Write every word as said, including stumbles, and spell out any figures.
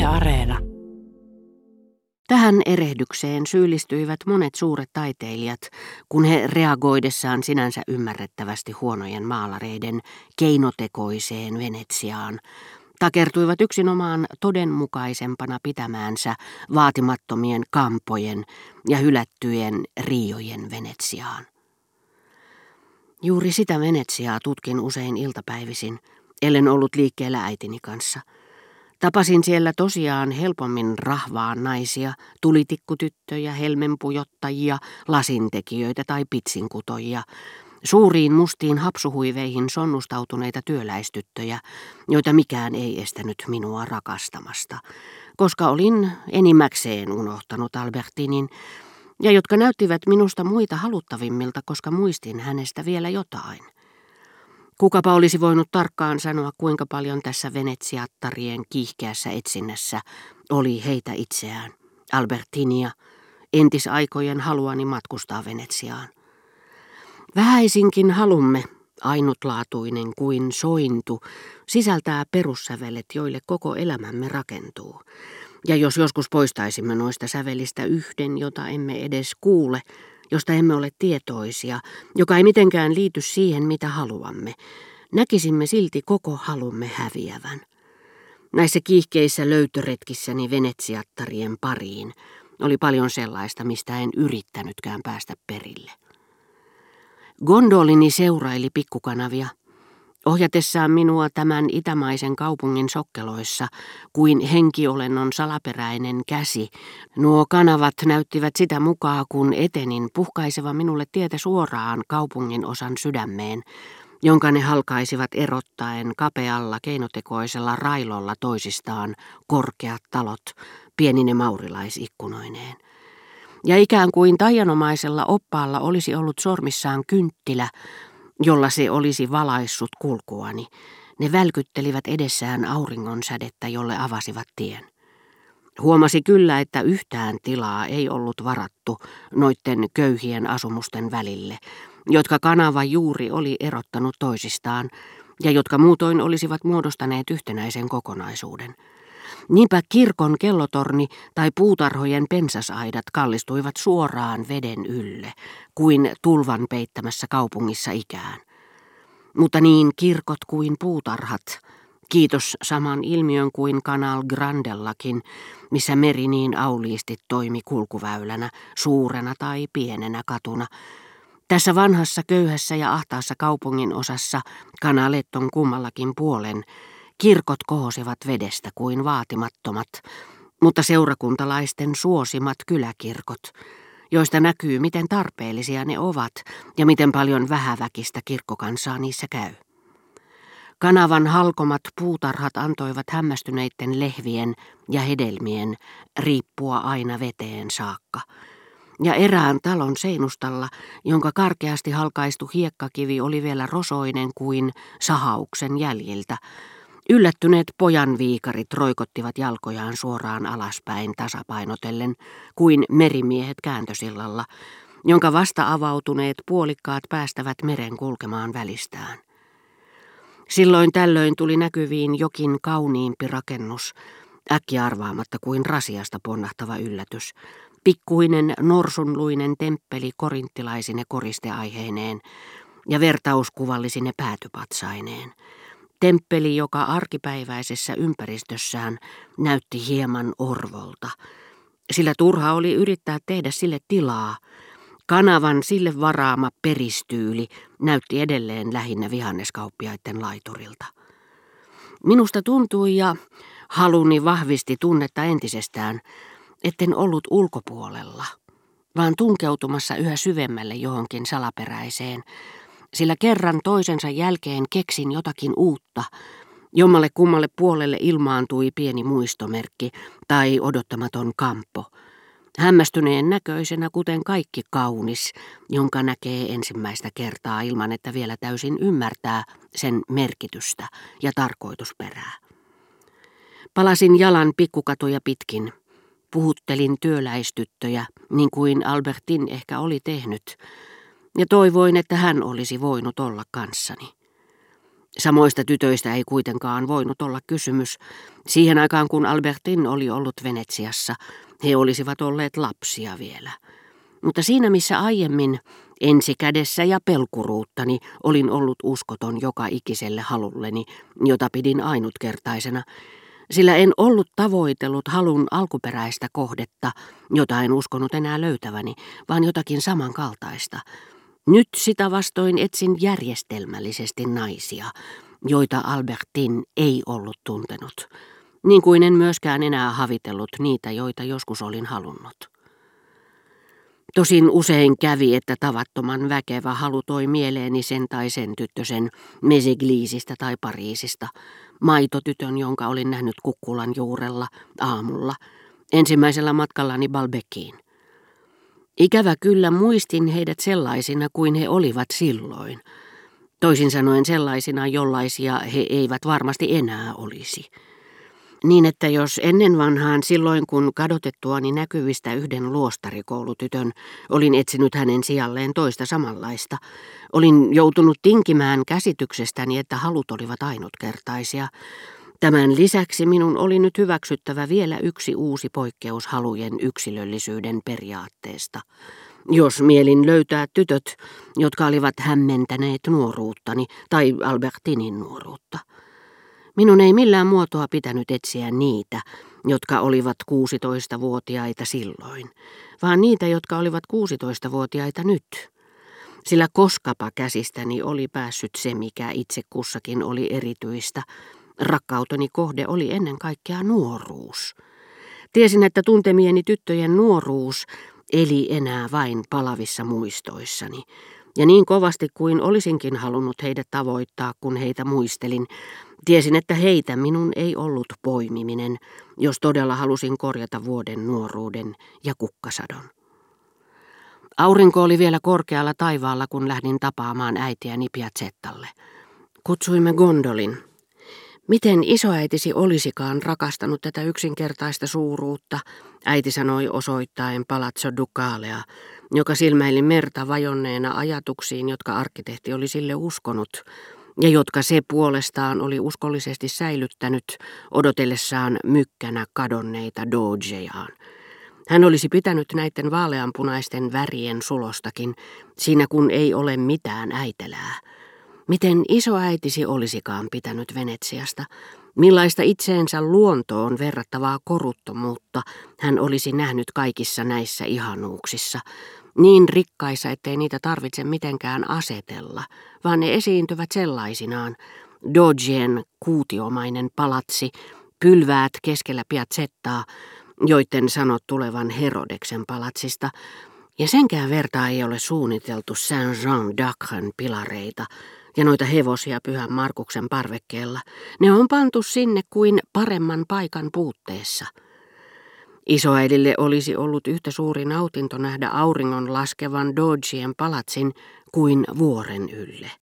Areena. Tähän erehdykseen syyllistyivät monet suuret taiteilijat, kun he reagoidessaan sinänsä ymmärrettävästi huonojen maalareiden keinotekoiseen Venetsiaan takertuivat yksinomaan todenmukaisempana pitämäänsä vaatimattomien kampojen ja hylättyjen riojen Venetsiaan. Juuri sitä Venetsiaa tutkin usein iltapäivisin, ellen ollut liikkeellä äitini kanssa. Tapasin siellä tosiaan helpommin rahvaan naisia, tulitikkutyttöjä, helmenpujottajia, lasintekijöitä tai pitsinkutojia, suuriin mustiin hapsuhuiveihin sonnustautuneita työläistyttöjä, joita mikään ei estänyt minua rakastamasta, koska olin enimmäkseen unohtanut Albertinin, ja jotka näyttivät minusta muita haluttavimmilta, koska muistin hänestä vielä jotain. Kukapa olisi voinut tarkkaan sanoa, kuinka paljon tässä venetsiattarien kiihkeässä etsinnässä oli heitä itseään, Albertinia, entisaikojen haluani matkustaa Venetsiaan. Vähäisinkin halumme, ainutlaatuinen kuin sointu, sisältää perussävelet, joille koko elämämme rakentuu. Ja jos joskus poistaisimme noista sävelistä yhden, jota emme edes kuule, josta emme ole tietoisia, joka ei mitenkään liity siihen, mitä haluamme, näkisimme silti koko halumme häviävän. Näissä kiihkeissä löytöretkissäni venetsiattarien pariin oli paljon sellaista, mistä en yrittänytkään päästä perille. Gondolini seuraili pikkukanavia, ohjatessaan minua tämän itämaisen kaupungin sokkeloissa kuin henkiolennon salaperäinen käsi. Nuo kanavat näyttivät sitä mukaan, kun etenin puhkaiseva minulle tietä suoraan kaupungin osan sydämeen, jonka ne halkaisivat erottaen kapealla keinotekoisella railolla toisistaan korkeat talot pienine maurilaisikkunoineen. Ja ikään kuin taianomaisella oppaalla olisi ollut sormissaan kynttilä, jolla se olisi valaissut kulkuani. Ne välkyttelivät edessään auringon sädettä, jolle avasivat tien. Huomasi kyllä, että yhtään tilaa ei ollut varattu noitten köyhien asumusten välille, jotka kanava juuri oli erottanut toisistaan ja jotka muutoin olisivat muodostaneet yhtenäisen kokonaisuuden. Niinpä kirkon kellotorni tai puutarhojen pensasaidat kallistuivat suoraan veden ylle, kuin tulvan peittämässä kaupungissa ikään. Mutta niin kirkot kuin puutarhat, kiitos saman ilmiön kuin Canal Grandellakin, missä meri niin auliisti toimi kulkuväylänä, suurena tai pienenä katuna. Tässä vanhassa köyhässä ja ahtaassa kaupungin osassa kanaletton kummallakin puolen, kirkot kohosivat vedestä kuin vaatimattomat, mutta seurakuntalaisten suosimat kyläkirkot, joista näkyy, miten tarpeellisia ne ovat ja miten paljon vähäväkistä kirkkokansaa niissä käy. Kanavan halkomat puutarhat antoivat hämmästyneiden lehvien ja hedelmien riippua aina veteen saakka. Ja erään talon seinustalla, jonka karkeasti halkaistu hiekkakivi oli vielä rosoinen kuin sahauksen jäljiltä, yllättyneet pojanviikarit roikottivat jalkojaan suoraan alaspäin tasapainotellen kuin merimiehet kääntösillalla, jonka vasta avautuneet puolikkaat päästävät meren kulkemaan välistään. Silloin tällöin tuli näkyviin jokin kauniimpi rakennus, äkkiä arvaamatta kuin rasiasta ponnahtava yllätys, pikkuinen norsunluinen temppeli korinttilaisine koristeaiheineen ja vertauskuvallisine päätypatsaineen. Temppeli, joka arkipäiväisessä ympäristössään näytti hieman orvolta, sillä turha oli yrittää tehdä sille tilaa. Kanavan sille varaama peristyyli näytti edelleen lähinnä vihanneskauppiaiden laiturilta. Minusta tuntui ja haluni vahvisti tunnetta entisestään, etten ollut ulkopuolella, vaan tunkeutumassa yhä syvemmälle johonkin salaperäiseen, sillä kerran toisensa jälkeen keksin jotakin uutta, jommalle kummalle puolelle ilmaantui pieni muistomerkki tai odottamaton kampo, hämmästyneen näköisenä kuten kaikki kaunis, jonka näkee ensimmäistä kertaa ilman, että vielä täysin ymmärtää sen merkitystä ja tarkoitusperää. Palasin jalan pikkukatuja pitkin, puhuttelin työläistyttöjä, niin kuin Albertin ehkä oli tehnyt, ja toivoin, että hän olisi voinut olla kanssani. Samoista tytöistä ei kuitenkaan voinut olla kysymys. Siihen aikaan, kun Albertine oli ollut Venetsiassa, he olisivat olleet lapsia vielä. Mutta siinä missä aiemmin ensikädessä ja pelkuruuttani olin ollut uskoton joka ikiselle halulleni, jota pidin ainutkertaisena, sillä en ollut tavoitellut halun alkuperäistä kohdetta, jota en uskonut enää löytäväni, vaan jotakin samankaltaista. Nyt sitä vastoin etsin järjestelmällisesti naisia, joita Albertine ei ollut tuntenut, niin kuin en myöskään enää havitellut niitä, joita joskus olin halunnut. Tosin usein kävi, että tavattoman väkevä halu toi mieleeni sen tai sen tyttösen Méséglissistä tai Pariisista, maitotytön, jonka olin nähnyt kukkulan juurella aamulla, ensimmäisellä matkallani Balbeciin. Ikävä kyllä muistin heidät sellaisina kuin he olivat silloin, toisin sanoen sellaisina, jollaisia he eivät varmasti enää olisi. Niin että jos ennen vanhaan silloin, kun kadotettuani näkyvistä yhden luostarikoulutytön, olin etsinyt hänen sijalleen toista samanlaista, olin joutunut tinkimään käsityksestäni, että halut olivat ainutkertaisia. Tämän lisäksi minun oli nyt hyväksyttävä vielä yksi uusi poikkeus halujen yksilöllisyyden periaatteesta. Jos mielin löytää tytöt, jotka olivat hämmentäneet nuoruuttani tai Albertinin nuoruutta. Minun ei millään muotoa pitänyt etsiä niitä, jotka olivat kuusitoistavuotiaita silloin, vaan niitä, jotka olivat kuusitoistavuotiaita nyt. Sillä koskapa käsistäni oli päässyt se, mikä itse kussakin oli erityistä. Rakkauteni kohde oli ennen kaikkea nuoruus. Tiesin, että tuntemieni tyttöjen nuoruus eli enää vain palavissa muistoissani. Ja niin kovasti kuin olisinkin halunnut heidät tavoittaa, kun heitä muistelin, tiesin, että heitä minun ei ollut poimiminen, jos todella halusin korjata vuoden nuoruuden ja kukkasadon. Aurinko oli vielä korkealla taivaalla, kun lähdin tapaamaan äitiäni Piazzettalle. Kutsuimme gondolin. Miten isoäitisi olisikaan rakastanut tätä yksinkertaista suuruutta, äiti sanoi osoittaen Palazzo Ducalea, joka silmäili merta vajonneena ajatuksiin, jotka arkkitehti oli sille uskonut, ja jotka se puolestaan oli uskollisesti säilyttänyt odotellessaan mykkänä kadonneita Dogejaan. Hän olisi pitänyt näiden vaaleanpunaisten värien sulostakin, siinä kun ei ole mitään äitelää. Miten isoäitisi olisikaan pitänyt Venetsiasta, millaista itseensä luontoon verrattavaa koruttomuutta hän olisi nähnyt kaikissa näissä ihanuuksissa, niin rikkaissa, ettei niitä tarvitse mitenkään asetella, vaan ne esiintyvät sellaisinaan. Dogien kuutiomainen palatsi, pylväät keskellä Piazzettaa, joiden sanot tulevan Herodeksen palatsista, ja senkään vertaa ei ole suunniteltu Saint-Jean d'Acren pilareita ja noita hevosia Pyhän Markuksen parvekkeella. Ne on pantu sinne kuin paremman paikan puutteessa. Isoäidille olisi ollut yhtä suuri nautinto nähdä auringon laskevan Dogien palatsin kuin vuoren ylle.